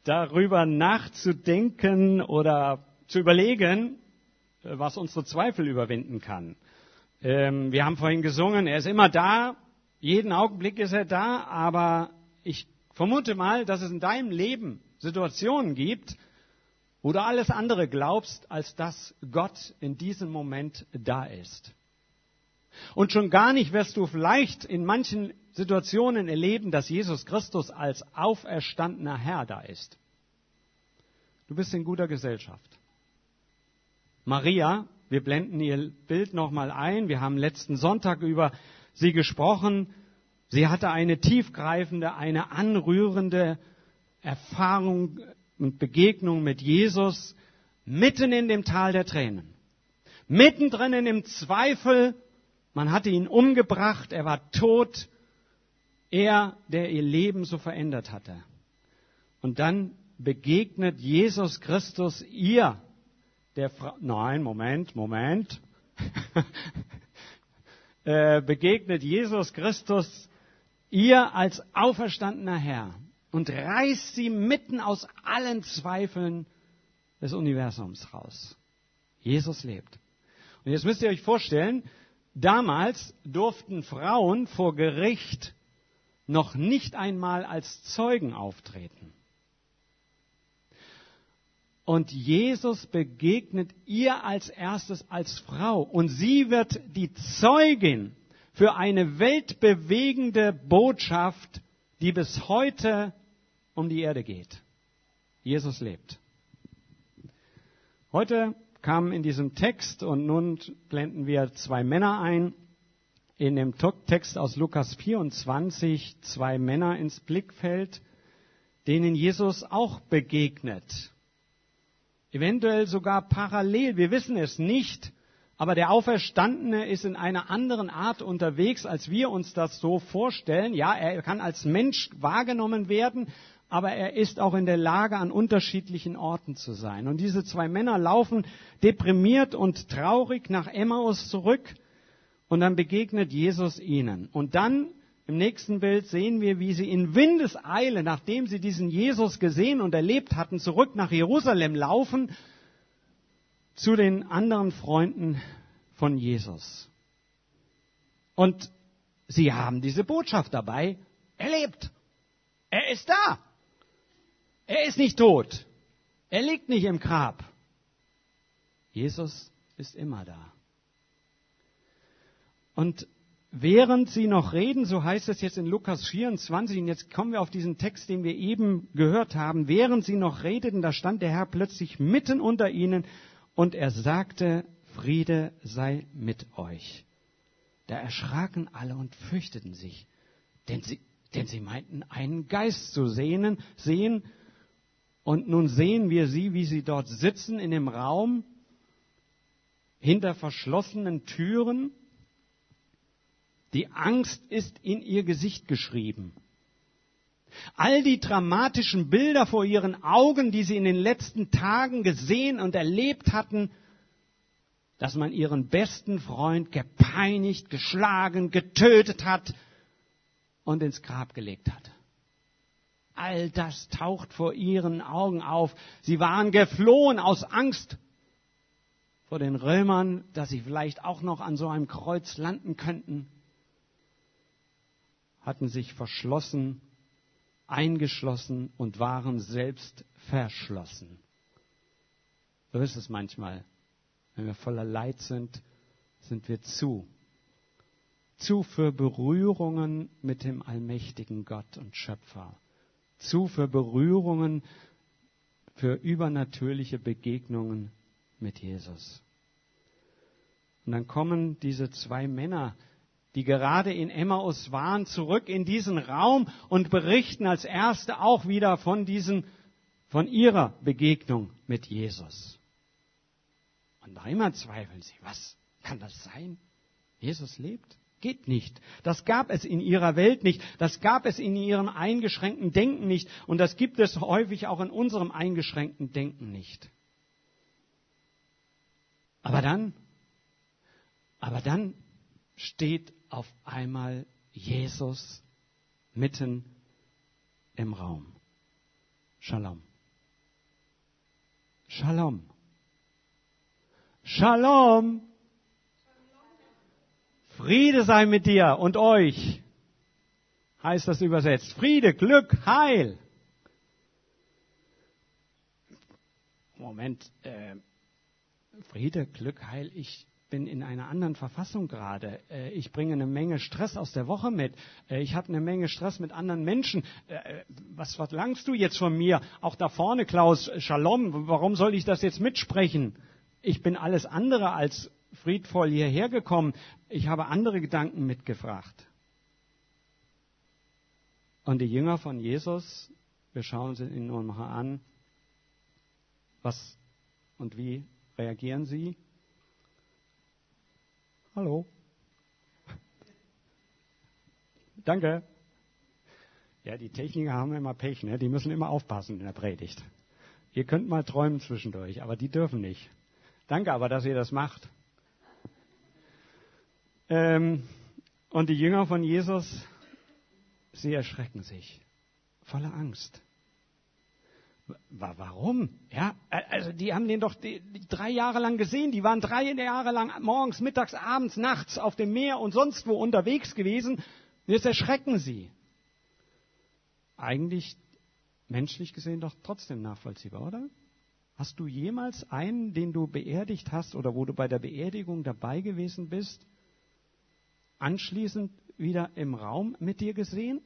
darüber nachzudenken oder zu überlegen, was unsere Zweifel überwinden kann. Wir haben vorhin gesungen, er ist immer da, jeden Augenblick ist er da, aber ich vermute mal, dass es in deinem Leben Situationen gibt, wo du alles andere glaubst, als dass Gott in diesem Moment da ist. Und schon gar nicht wirst du vielleicht in manchen Situationen erleben, dass Jesus Christus als auferstandener Herr da ist. Du bist in guter Gesellschaft. Maria, wir blenden ihr Bild nochmal ein. Wir haben letzten Sonntag über sie gesprochen. Sie hatte eine tiefgreifende, eine anrührende Erfahrung und Begegnung mit Jesus mitten in dem Tal der Tränen. Mittendrin in dem Zweifel, man hatte ihn umgebracht, er war tot. Er, der ihr Leben so verändert hatte. Und dann begegnet Jesus Christus ihr, der Frau, begegnet Jesus Christus ihr als auferstandener Herr und reißt sie mitten aus allen Zweifeln des Universums raus. Jesus lebt. Und jetzt müsst ihr euch vorstellen, damals durften Frauen vor Gericht noch nicht einmal als Zeugen auftreten. Und Jesus begegnet ihr als erstes als Frau. Und sie wird die Zeugin für eine weltbewegende Botschaft, die bis heute um die Erde geht. Jesus lebt. Heute kamen in diesem Text, und nun blenden wir 2 Männer ein, in dem Text aus Lukas 24 2 Männer ins Blickfeld, denen Jesus auch begegnet. Eventuell sogar parallel, wir wissen es nicht, aber der Auferstandene ist in einer anderen Art unterwegs, als wir uns das so vorstellen. Ja, er kann als Mensch wahrgenommen werden, aber er ist auch in der Lage, an unterschiedlichen Orten zu sein. Und diese 2 Männer laufen deprimiert und traurig nach Emmaus zurück. Und dann begegnet Jesus ihnen. Und dann im nächsten Bild sehen wir, wie sie in Windeseile, nachdem sie diesen Jesus gesehen und erlebt hatten, zurück nach Jerusalem laufen zu den anderen Freunden von Jesus. Und sie haben diese Botschaft dabei. Er lebt. Er ist da. Er ist nicht tot. Er liegt nicht im Grab. Jesus ist immer da. Und während sie noch reden, so heißt es jetzt in Lukas 24, und jetzt kommen wir auf diesen Text, den wir eben gehört haben, während sie noch redeten, da stand der Herr plötzlich mitten unter ihnen und er sagte, Friede sei mit euch. Da erschraken alle und fürchteten sich, denn sie meinten, einen Geist zu sehen. Und nun sehen wir sie, wie sie dort sitzen in dem Raum, hinter verschlossenen Türen. Die Angst ist in ihr Gesicht geschrieben. All die dramatischen Bilder vor ihren Augen, die sie in den letzten Tagen gesehen und erlebt hatten, dass man ihren besten Freund gepeinigt, geschlagen, getötet hat und ins Grab gelegt hat. All das taucht vor ihren Augen auf. Sie waren geflohen aus Angst vor den Römern, dass sie vielleicht auch noch an so einem Kreuz landen könnten. Hatten sich verschlossen, eingeschlossen und waren selbst verschlossen. So ist es manchmal. Wenn wir voller Leid sind, sind wir zu. Zu für Berührungen mit dem allmächtigen Gott und Schöpfer. Zu für Berührungen, für übernatürliche Begegnungen mit Jesus. Und dann kommen diese 2 Männer, die gerade in Emmaus waren, zurück in diesen Raum und berichten als Erste auch wieder von ihrer Begegnung mit Jesus. Und noch immer zweifeln sie, was kann das sein? Jesus lebt? Geht nicht. Das gab es in ihrer Welt nicht. Das gab es in ihrem eingeschränkten Denken nicht. Und das gibt es häufig auch in unserem eingeschränkten Denken nicht. Aber dann steht auf einmal Jesus mitten im Raum. Shalom. Shalom. Shalom. Friede sei mit dir und euch, heißt das übersetzt. Friede, Glück, Heil. Moment, Friede, Glück, Heil, ich bin in einer anderen Verfassung gerade. Ich bringe eine Menge Stress aus der Woche mit. Ich habe eine Menge Stress mit anderen Menschen. Was verlangst du jetzt von mir? Auch da vorne, Klaus, Shalom, warum soll ich das jetzt mitsprechen? Ich bin alles andere als friedvoll hierher gekommen. Ich habe andere Gedanken mitgebracht. Und die Jünger von Jesus, wir schauen sie ihn nur mal an, was und wie reagieren sie? Hallo. Danke. Ja, die Techniker haben immer Pech, ne? Die müssen immer aufpassen in der Predigt. Ihr könnt mal träumen zwischendurch, aber die dürfen nicht. Danke aber, dass ihr das macht. Und die Jünger von Jesus, sie erschrecken sich, voller Angst. Warum? Ja, also die haben den doch 3 Jahre lang gesehen. Die waren 3 Jahre lang morgens, mittags, abends, nachts auf dem Meer und sonst wo unterwegs gewesen. Jetzt erschrecken sie. Eigentlich menschlich gesehen doch trotzdem nachvollziehbar, oder? Hast du jemals einen, den du beerdigt hast oder wo du bei der Beerdigung dabei gewesen bist, anschließend wieder im Raum mit dir gesehen?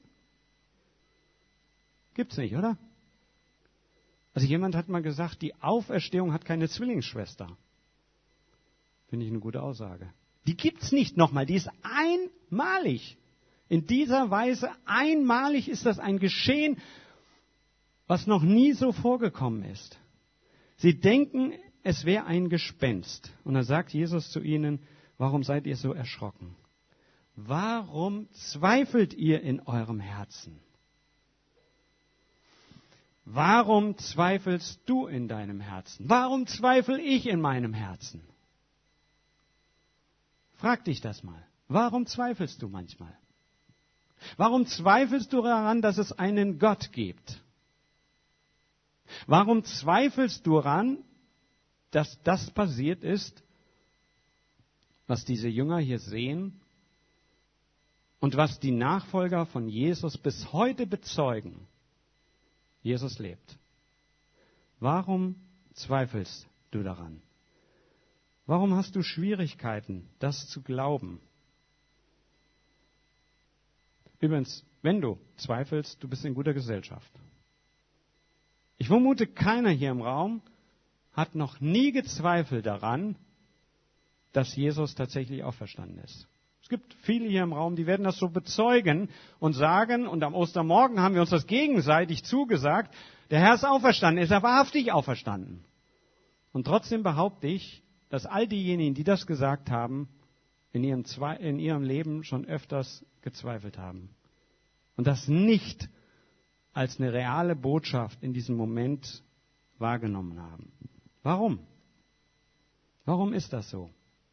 Gibt's nicht, oder? Also jemand hat mal gesagt, die Auferstehung hat keine Zwillingsschwester. Finde ich eine gute Aussage. Die gibt's nicht nochmal, die ist einmalig. In dieser Weise einmalig ist das ein Geschehen, was noch nie so vorgekommen ist. Sie denken, es wäre ein Gespenst. Und dann sagt Jesus zu ihnen, warum seid ihr so erschrocken? Warum zweifelt ihr in eurem Herzen? Warum zweifelst du in deinem Herzen? Warum zweifle ich in meinem Herzen? Frag dich das mal. Warum zweifelst du manchmal? Warum zweifelst du daran, dass es einen Gott gibt? Warum zweifelst du daran, dass das passiert ist, was diese Jünger hier sehen und was die Nachfolger von Jesus bis heute bezeugen? Jesus lebt. Warum zweifelst du daran? Warum hast du Schwierigkeiten, das zu glauben? Übrigens, wenn du zweifelst, du bist in guter Gesellschaft. Ich vermute, keiner hier im Raum hat noch nie gezweifelt daran, dass Jesus tatsächlich auferstanden ist. Es gibt viele hier im Raum, die werden das so bezeugen und sagen, und am Ostermorgen haben wir uns das gegenseitig zugesagt, der Herr ist auferstanden, ist er wahrhaftig auferstanden. Und trotzdem behaupte ich, dass all diejenigen, die das gesagt haben, in ihrem Leben schon öfters gezweifelt haben. Und das nicht als eine reale Botschaft in diesem Moment wahrgenommen haben. Warum? Warum ist das so?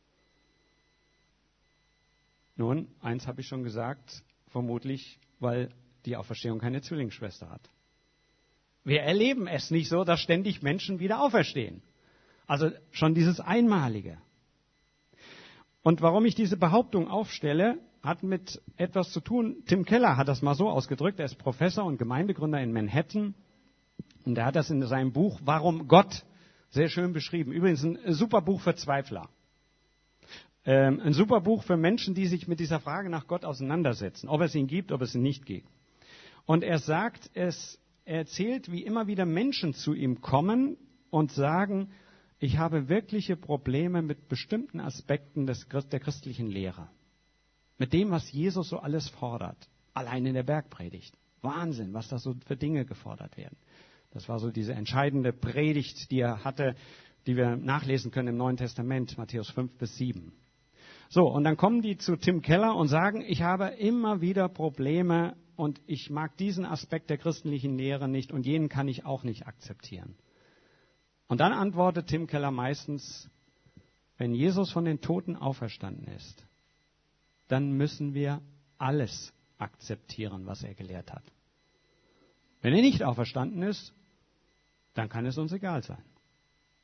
Nun, eins habe ich schon gesagt, vermutlich, weil die Auferstehung keine Zwillingsschwester hat. Wir erleben es nicht so, dass ständig Menschen wieder auferstehen. Also schon dieses Einmalige. Und warum ich diese Behauptung aufstelle, hat mit etwas zu tun. Tim Keller hat das mal so ausgedrückt. Er ist Professor und Gemeindegründer in Manhattan. Und er hat das in seinem Buch Warum Gott sehr schön beschrieben. Übrigens ein super Buch für Zweifler. Ein super Buch für Menschen, die sich mit dieser Frage nach Gott auseinandersetzen. Ob es ihn gibt, ob es ihn nicht gibt. Und er sagt, er erzählt, wie immer wieder Menschen zu ihm kommen und sagen, ich habe wirkliche Probleme mit bestimmten Aspekten der christlichen Lehre. Mit dem, was Jesus so alles fordert. Allein in der Bergpredigt. Wahnsinn, was da so für Dinge gefordert werden. Das war so diese entscheidende Predigt, die er hatte, die wir nachlesen können im Neuen Testament, Matthäus 5-7. So, und dann kommen die zu Tim Keller und sagen, ich habe immer wieder Probleme und ich mag diesen Aspekt der christlichen Lehre nicht und jenen kann ich auch nicht akzeptieren. Und dann antwortet Tim Keller meistens, wenn Jesus von den Toten auferstanden ist, dann müssen wir alles akzeptieren, was er gelehrt hat. Wenn er nicht auferstanden ist, dann kann es uns egal sein.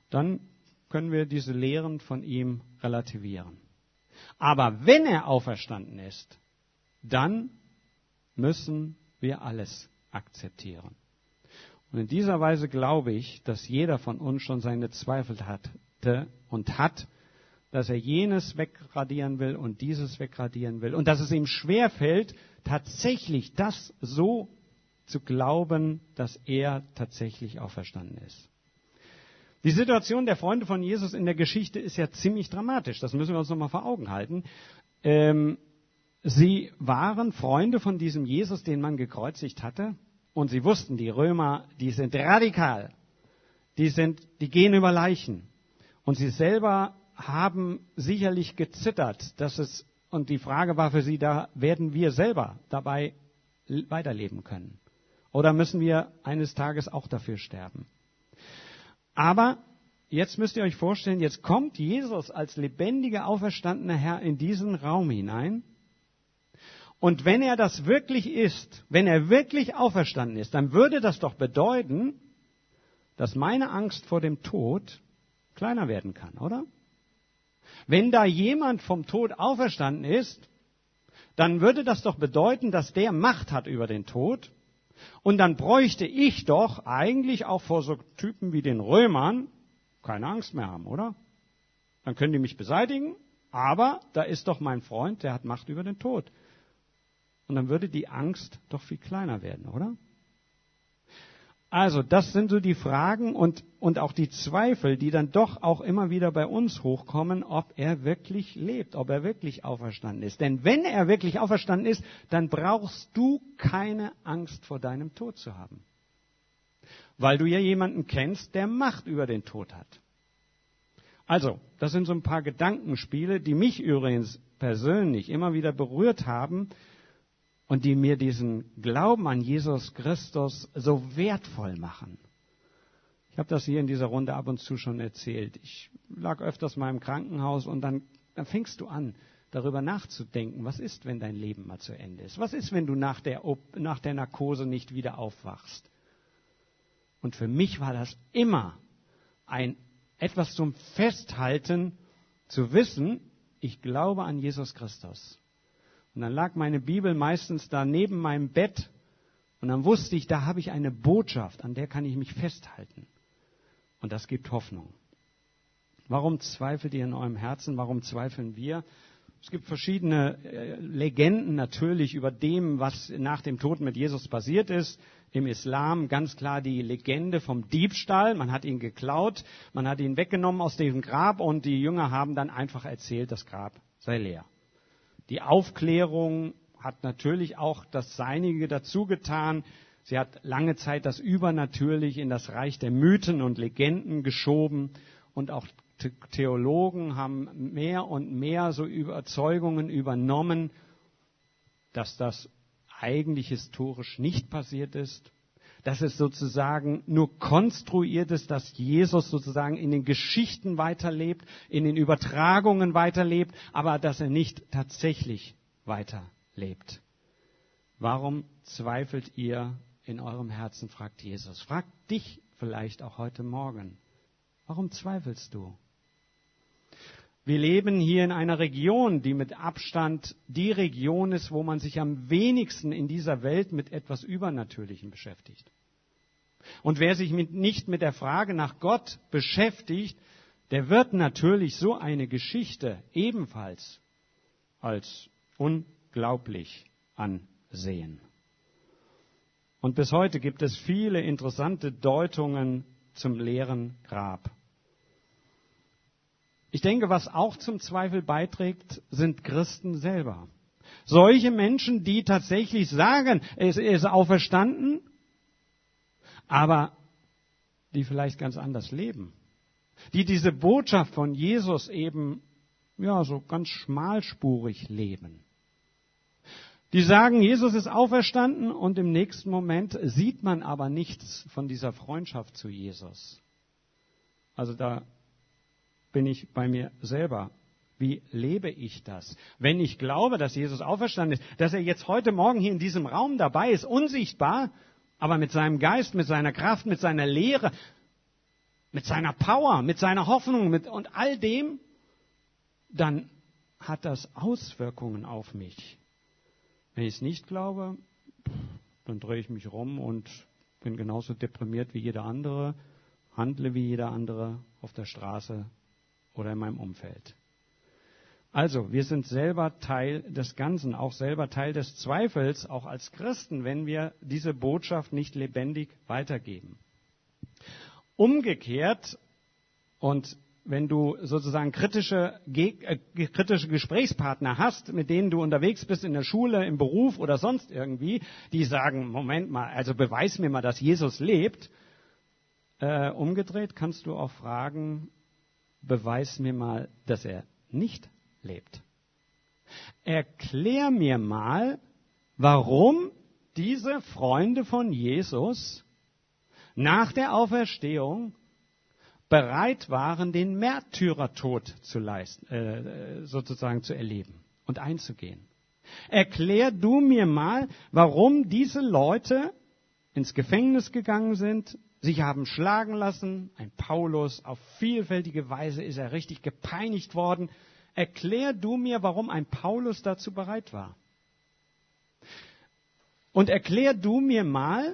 dann können wir diese Lehren von ihm relativieren. Aber wenn er auferstanden ist, dann müssen wir alles akzeptieren. Und in dieser Weise glaube ich, dass jeder von uns schon seine Zweifel hatte und hat, dass er jenes wegradieren will und dieses wegradieren will. Und dass es ihm schwerfällt, tatsächlich das so zu glauben, dass er tatsächlich auferstanden ist. Die Situation der Freunde von Jesus in der Geschichte ist ja ziemlich dramatisch. Das müssen wir uns nochmal vor Augen halten. Sie waren Freunde von diesem Jesus, den man gekreuzigt hatte. Und sie wussten, die Römer, die sind radikal. Die gehen über Leichen. Und sie selber haben sicherlich gezittert, und die Frage war für sie, da werden wir selber dabei weiterleben können. Oder müssen wir eines Tages auch dafür sterben? Aber jetzt müsst ihr euch vorstellen, jetzt kommt Jesus als lebendiger, auferstandener Herr in diesen Raum hinein. Und wenn er das wirklich ist, wenn er wirklich auferstanden ist, dann würde das doch bedeuten, dass meine Angst vor dem Tod kleiner werden kann, oder? Wenn da jemand vom Tod auferstanden ist, dann würde das doch bedeuten, dass der Macht hat über den Tod. Und dann bräuchte ich doch eigentlich auch vor so Typen wie den Römern keine Angst mehr haben, oder? Dann können die mich beseitigen, aber da ist doch mein Freund, der hat Macht über den Tod. Und dann würde die Angst doch viel kleiner werden, oder? Also, das sind so die Fragen und auch die Zweifel, die dann doch auch immer wieder bei uns hochkommen, ob er wirklich lebt, ob er wirklich auferstanden ist. Denn wenn er wirklich auferstanden ist, dann brauchst du keine Angst vor deinem Tod zu haben. Weil du ja jemanden kennst, der Macht über den Tod hat. Also, das sind so ein paar Gedankenspiele, die mich übrigens persönlich immer wieder berührt haben, und die mir diesen Glauben an Jesus Christus so wertvoll machen. Ich habe das hier in dieser Runde ab und zu schon erzählt. Ich lag öfters mal im Krankenhaus und dann fängst du an, darüber nachzudenken, was ist, wenn dein Leben mal zu Ende ist? Was ist, wenn du nach der Narkose nicht wieder aufwachst? Und für mich war das immer etwas zum Festhalten, zu wissen, ich glaube an Jesus Christus. Und dann lag meine Bibel meistens da neben meinem Bett und dann wusste ich, da habe ich eine Botschaft, an der kann ich mich festhalten. Und das gibt Hoffnung. Warum zweifelt ihr in eurem Herzen? Warum zweifeln wir? Es gibt verschiedene Legenden natürlich über dem, was nach dem Tod mit Jesus passiert ist. Im Islam ganz klar die Legende vom Diebstahl. Man hat ihn geklaut, man hat ihn weggenommen aus dem Grab und die Jünger haben dann einfach erzählt, das Grab sei leer. Die Aufklärung hat natürlich auch das Seinige dazu getan. Sie hat lange Zeit das Übernatürliche in das Reich der Mythen und Legenden geschoben. Und auch Theologen haben mehr und mehr so Überzeugungen übernommen, dass das eigentlich historisch nicht passiert ist. Dass es sozusagen nur konstruiert ist, dass Jesus sozusagen in den Geschichten weiterlebt, in den Übertragungen weiterlebt, aber dass er nicht tatsächlich weiterlebt. Warum zweifelt ihr in eurem Herzen, fragt Jesus. Fragt dich vielleicht auch heute Morgen. Warum zweifelst du? Wir leben hier in einer Region, die mit Abstand die Region ist, wo man sich am wenigsten in dieser Welt mit etwas Übernatürlichem beschäftigt. Und wer sich nicht mit der Frage nach Gott beschäftigt, der wird natürlich so eine Geschichte ebenfalls als unglaublich ansehen. Und bis heute gibt es viele interessante Deutungen zum leeren Grab. Ich denke, was auch zum Zweifel beiträgt, sind Christen selber. Solche Menschen, die tatsächlich sagen, er ist auferstanden, aber die vielleicht ganz anders leben. Die diese Botschaft von Jesus eben, so ganz schmalspurig leben. Die sagen, Jesus ist auferstanden und im nächsten Moment sieht man aber nichts von dieser Freundschaft zu Jesus. Also da bin ich bei mir selber. Wie lebe ich das? Wenn ich glaube, dass Jesus auferstanden ist, dass er jetzt heute Morgen hier in diesem Raum dabei ist, unsichtbar, aber mit seinem Geist, mit seiner Kraft, mit seiner Lehre, mit seiner Power, mit seiner Hoffnung und all dem, dann hat das Auswirkungen auf mich. Wenn ich es nicht glaube, dann drehe ich mich rum und bin genauso deprimiert wie jeder andere, handle wie jeder andere auf der Straße oder in meinem Umfeld. Also, wir sind selber Teil des Ganzen, auch selber Teil des Zweifels, auch als Christen, wenn wir diese Botschaft nicht lebendig weitergeben. Umgekehrt, und wenn du sozusagen kritische Gesprächspartner hast, mit denen du unterwegs bist in der Schule, im Beruf oder sonst irgendwie, die sagen, Moment mal, also beweis mir mal, dass Jesus lebt. Umgedreht kannst du auch fragen, beweis mir mal, dass er nicht lebt. Erklär mir mal, warum diese Freunde von Jesus nach der Auferstehung bereit waren, den Märtyrertod zu leisten, sozusagen zu erleben und einzugehen. Erklär du mir mal, warum diese Leute ins Gefängnis gegangen sind, sich haben schlagen lassen. Ein Paulus, auf vielfältige Weise ist er richtig gepeinigt worden. Erklär du mir, warum ein Paulus dazu bereit war. Und erklär du mir mal,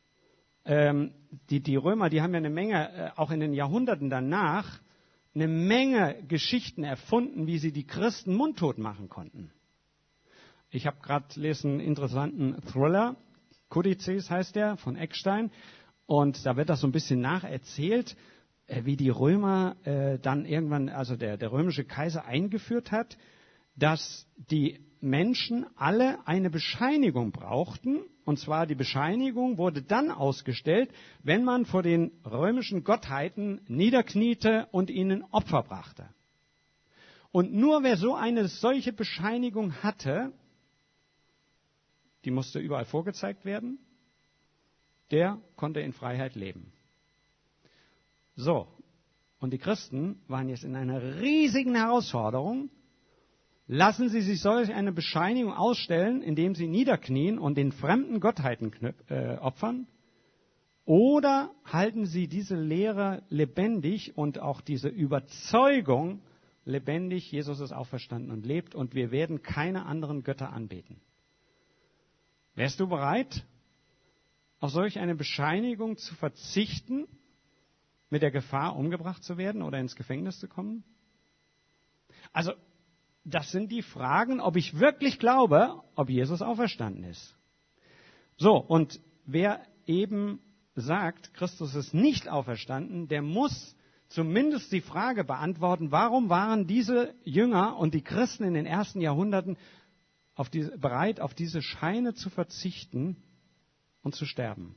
die Römer, die haben ja eine Menge, auch in den Jahrhunderten danach, eine Menge Geschichten erfunden, wie sie die Christen mundtot machen konnten. Ich habe gerade gelesen einen interessanten Thriller, Kodizes heißt der, von Eckstein. Und da wird das so ein bisschen nacherzählt, wie die Römer dann irgendwann, also der römische Kaiser eingeführt hat, dass die Menschen alle eine Bescheinigung brauchten. Und zwar die Bescheinigung wurde dann ausgestellt, wenn man vor den römischen Gottheiten niederkniete und ihnen Opfer brachte. Und nur wer so eine solche Bescheinigung hatte, die musste überall vorgezeigt werden, der konnte in Freiheit leben. So, und die Christen waren jetzt in einer riesigen Herausforderung. Lassen Sie sich solch eine Bescheinigung ausstellen, indem Sie niederknien und den fremden Gottheiten opfern? Oder halten Sie diese Lehre lebendig und auch diese Überzeugung lebendig, Jesus ist auferstanden und lebt und wir werden keine anderen Götter anbeten? Wärst du bereit, auf solch eine Bescheinigung zu verzichten, mit der Gefahr, umgebracht zu werden oder ins Gefängnis zu kommen? Also, das sind die Fragen, ob ich wirklich glaube, ob Jesus auferstanden ist. So, und wer eben sagt, Christus ist nicht auferstanden, der muss zumindest die Frage beantworten, warum waren diese Jünger und die Christen in den ersten Jahrhunderten bereit, auf diese Scheine zu verzichten und zu sterben?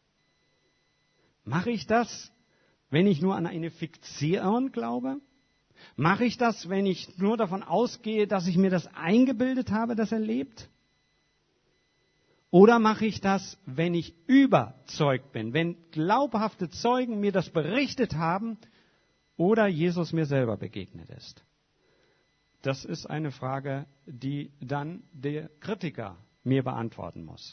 Mache ich das, wenn ich nur an eine Fiktion glaube? Mache ich das, wenn ich nur davon ausgehe, dass ich mir das eingebildet habe, dass er lebt? Oder mache ich das, wenn ich überzeugt bin, wenn glaubhafte Zeugen mir das berichtet haben oder Jesus mir selber begegnet ist? Das ist eine Frage, die dann der Kritiker mir beantworten muss.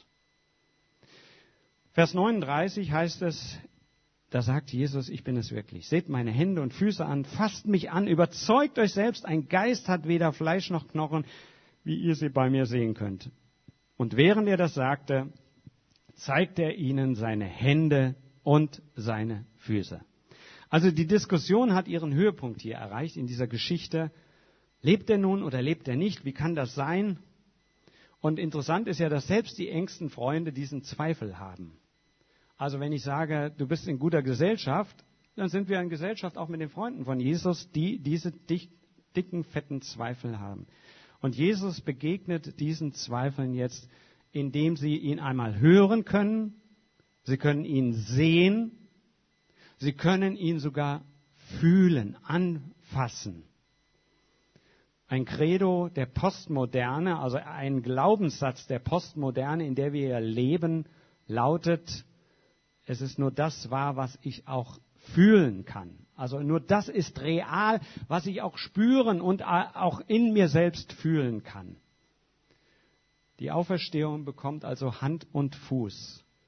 Vers 39 heißt es, da sagt Jesus, ich bin es wirklich. Seht meine Hände und Füße an, fasst mich an, überzeugt euch selbst, ein Geist hat weder Fleisch noch Knochen, wie ihr sie bei mir sehen könnt. Und während er das sagte, zeigte er ihnen seine Hände und seine Füße. Also die Diskussion hat ihren Höhepunkt hier erreicht in dieser Geschichte. Lebt er nun oder lebt er nicht? Wie kann das sein? Und interessant ist ja, dass selbst die engsten Freunde diesen Zweifel haben. Also wenn ich sage, du bist in guter Gesellschaft, dann sind wir in Gesellschaft auch mit den Freunden von Jesus, die diese dicken, fetten Zweifel haben. Und Jesus begegnet diesen Zweifeln jetzt, indem sie ihn einmal hören können, sie können ihn sehen, sie können ihn sogar fühlen, anfassen. Ein Credo der Postmoderne, also ein Glaubenssatz der Postmoderne, in der wir ja leben, lautet: Es ist nur das wahr, was ich auch fühlen kann. Also nur das ist real, was ich auch spüren und auch in mir selbst fühlen kann. Die Auferstehung bekommt also Hand und Fuß.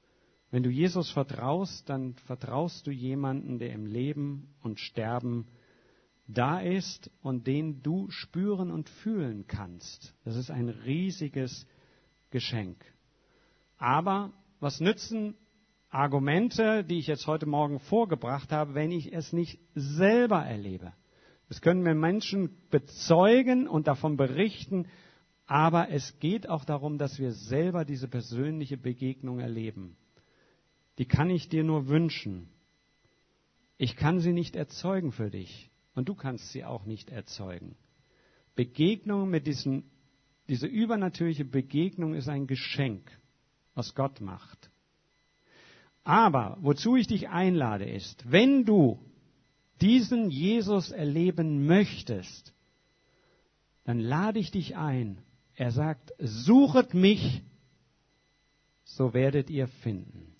Wenn du Jesus vertraust, dann vertraust du jemanden, der im Leben und Sterben da ist und den du spüren und fühlen kannst. Das ist ein riesiges Geschenk. Aber was nützen Argumente, die ich jetzt heute Morgen vorgebracht habe, wenn ich es nicht selber erlebe? Das können mir Menschen bezeugen und davon berichten, aber es geht auch darum, dass wir selber diese persönliche Begegnung erleben. Die kann ich dir nur wünschen. Ich kann sie nicht erzeugen für dich und du kannst sie auch nicht erzeugen. Begegnung mit diese übernatürliche Begegnung ist ein Geschenk, was Gott macht. Aber wozu ich dich einlade ist, wenn du diesen Jesus erleben möchtest, dann lade ich dich ein. Er sagt, suchet mich, so werdet ihr finden.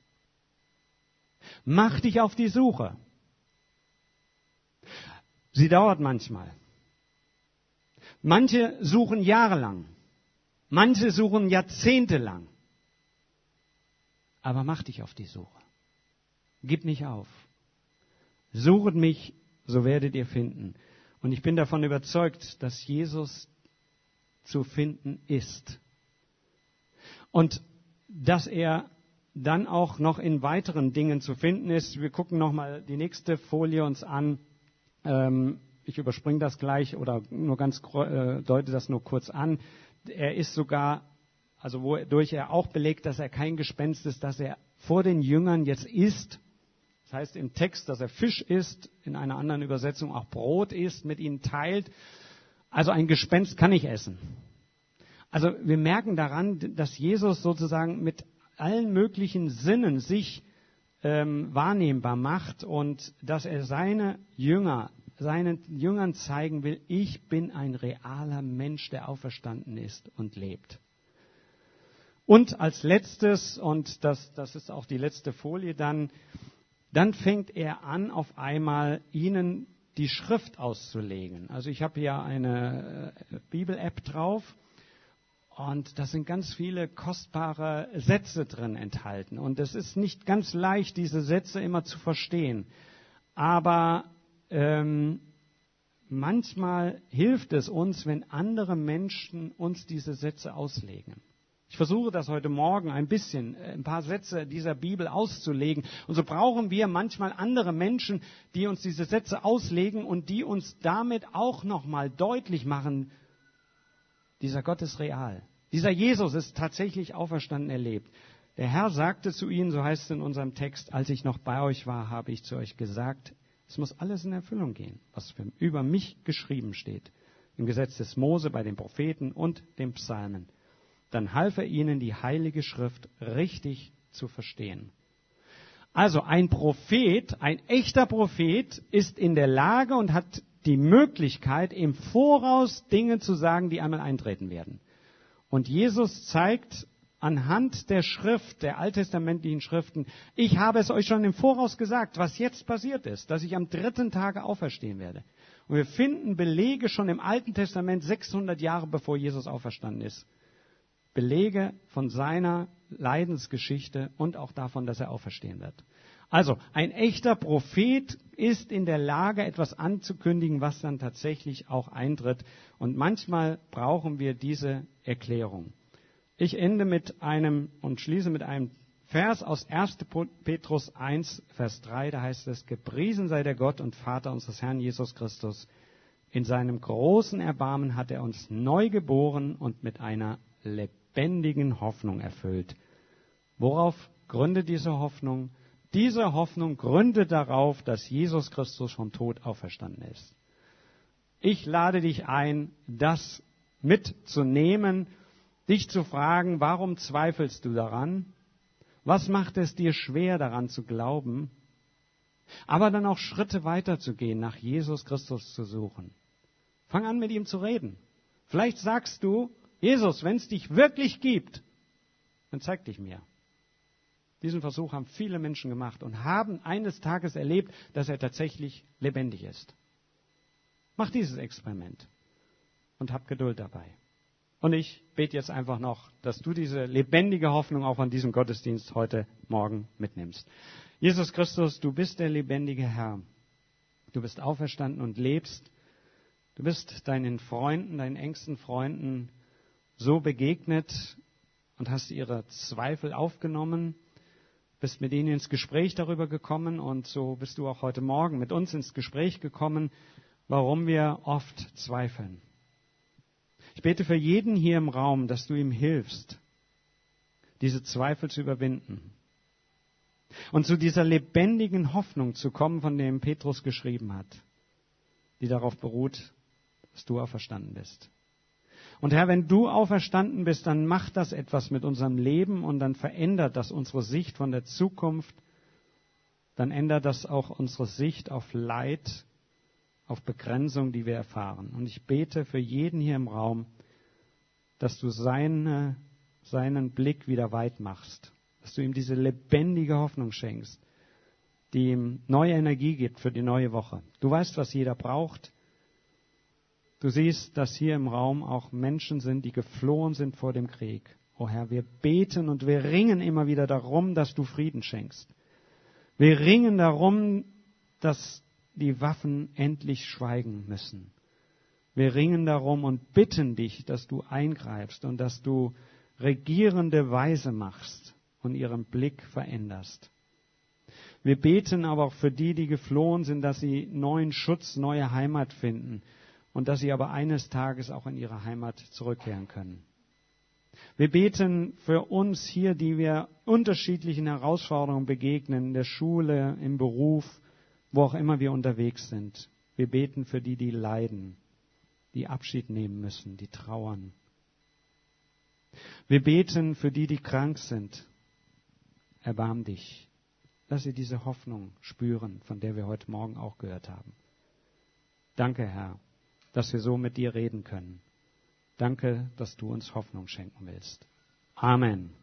Mach dich auf die Suche. Sie dauert manchmal. Manche suchen jahrelang. Manche suchen jahrzehntelang. Aber mach dich auf die Suche. Gib nicht auf. Suchet mich, so werdet ihr finden. Und ich bin davon überzeugt, dass Jesus zu finden ist. Und dass er dann auch noch in weiteren Dingen zu finden ist. Wir gucken nochmal die nächste Folie uns an. Ich überspringe das gleich oder nur deute das nur kurz an. Er ist sogar, also wodurch er auch belegt, dass er kein Gespenst ist, dass er vor den Jüngern jetzt isst. Das heißt im Text, dass er Fisch isst, in einer anderen Übersetzung auch Brot isst, mit ihnen teilt. Also ein Gespenst kann ich essen. Also wir merken daran, dass Jesus sozusagen mit allen möglichen Sinnen sich wahrnehmbar macht und dass er seinen Jüngern zeigen will, ich bin ein realer Mensch, der auferstanden ist und lebt. Und als letztes, und das ist auch die letzte Folie dann fängt er an, auf einmal ihnen die Schrift auszulegen. Also ich habe hier eine Bibel-App drauf und da sind ganz viele kostbare Sätze drin enthalten. Und es ist nicht ganz leicht, diese Sätze immer zu verstehen. Aber manchmal hilft es uns, wenn andere Menschen uns diese Sätze auslegen. Ich versuche das heute Morgen ein paar Sätze dieser Bibel auszulegen. Und so brauchen wir manchmal andere Menschen, die uns diese Sätze auslegen und die uns damit auch nochmal deutlich machen, dieser Gott ist real. Dieser Jesus ist tatsächlich auferstanden erlebt. Der Herr sagte zu ihnen, so heißt es in unserem Text, als ich noch bei euch war, habe ich zu euch gesagt, es muss alles in Erfüllung gehen, was über mich geschrieben steht. Im Gesetz des Mose, bei den Propheten und den Psalmen. Dann half er ihnen, die Heilige Schrift richtig zu verstehen. Also ein Prophet, ein echter Prophet, ist in der Lage und hat die Möglichkeit, im Voraus Dinge zu sagen, die einmal eintreten werden. Und Jesus zeigt anhand der Schrift, der alttestamentlichen Schriften, ich habe es euch schon im Voraus gesagt, was jetzt passiert ist, dass ich am 3. Tage auferstehen werde. Und wir finden Belege schon im Alten Testament 600 Jahre bevor Jesus auferstanden ist. Belege von seiner Leidensgeschichte und auch davon, dass er auferstehen wird. Also, ein echter Prophet ist in der Lage, etwas anzukündigen, was dann tatsächlich auch eintritt. Und manchmal brauchen wir diese Erklärung. Ich ende und schließe mit einem Vers aus 1. Petrus 1, Vers 3. Da heißt es, gepriesen sei der Gott und Vater unseres Herrn Jesus Christus. In seinem großen Erbarmen hat er uns neu geboren und mit einer lebendigen Hoffnung erfüllt. Worauf gründet diese Hoffnung? Diese Hoffnung gründet darauf, dass Jesus Christus vom Tod auferstanden ist. Ich lade dich ein, das mitzunehmen, dich zu fragen, warum zweifelst du daran? Was macht es dir schwer, daran zu glauben? Aber dann auch Schritte weiterzugehen, nach Jesus Christus zu suchen. Fang an, mit ihm zu reden. Vielleicht sagst du, Jesus, wenn es dich wirklich gibt, dann zeig dich mir. Diesen Versuch haben viele Menschen gemacht und haben eines Tages erlebt, dass er tatsächlich lebendig ist. Mach dieses Experiment und hab Geduld dabei. Und ich bete jetzt einfach noch, dass du diese lebendige Hoffnung auch an diesem Gottesdienst heute Morgen mitnimmst. Jesus Christus, du bist der lebendige Herr. Du bist auferstanden und lebst. Du bist deinen Freunden, deinen engsten Freunden so begegnet und hast ihre Zweifel aufgenommen, bist mit ihnen ins Gespräch darüber gekommen und so bist du auch heute Morgen mit uns ins Gespräch gekommen, warum wir oft zweifeln. Ich bete für jeden hier im Raum, dass du ihm hilfst, diese Zweifel zu überwinden und zu dieser lebendigen Hoffnung zu kommen, von dem Petrus geschrieben hat, die darauf beruht, dass du auferstanden bist. Und Herr, wenn du auferstanden bist, dann macht das etwas mit unserem Leben und dann verändert das unsere Sicht von der Zukunft, dann ändert das auch unsere Sicht auf Leid, auf Begrenzung, die wir erfahren. Und ich bete für jeden hier im Raum, dass du seinen Blick wieder weit machst, dass du ihm diese lebendige Hoffnung schenkst, die ihm neue Energie gibt für die neue Woche. Du weißt, was jeder braucht. Du siehst, dass hier im Raum auch Menschen sind, die geflohen sind vor dem Krieg. O Herr, wir beten und wir ringen immer wieder darum, dass du Frieden schenkst. Wir ringen darum, dass die Waffen endlich schweigen müssen. Wir ringen darum und bitten dich, dass du eingreifst und dass du Regierende weise machst und ihren Blick veränderst. Wir beten aber auch für die, die geflohen sind, dass sie neuen Schutz, neue Heimat finden und dass sie aber eines Tages auch in ihre Heimat zurückkehren können. Wir beten für uns hier, die wir unterschiedlichen Herausforderungen begegnen, in der Schule, im Beruf, wo auch immer wir unterwegs sind. Wir beten für die, die leiden, die Abschied nehmen müssen, die trauern. Wir beten für die, die krank sind. Erbarm dich. Lass sie diese Hoffnung spüren, von der wir heute Morgen auch gehört haben. Danke, Herr, dass wir so mit dir reden können. Danke, dass du uns Hoffnung schenken willst. Amen.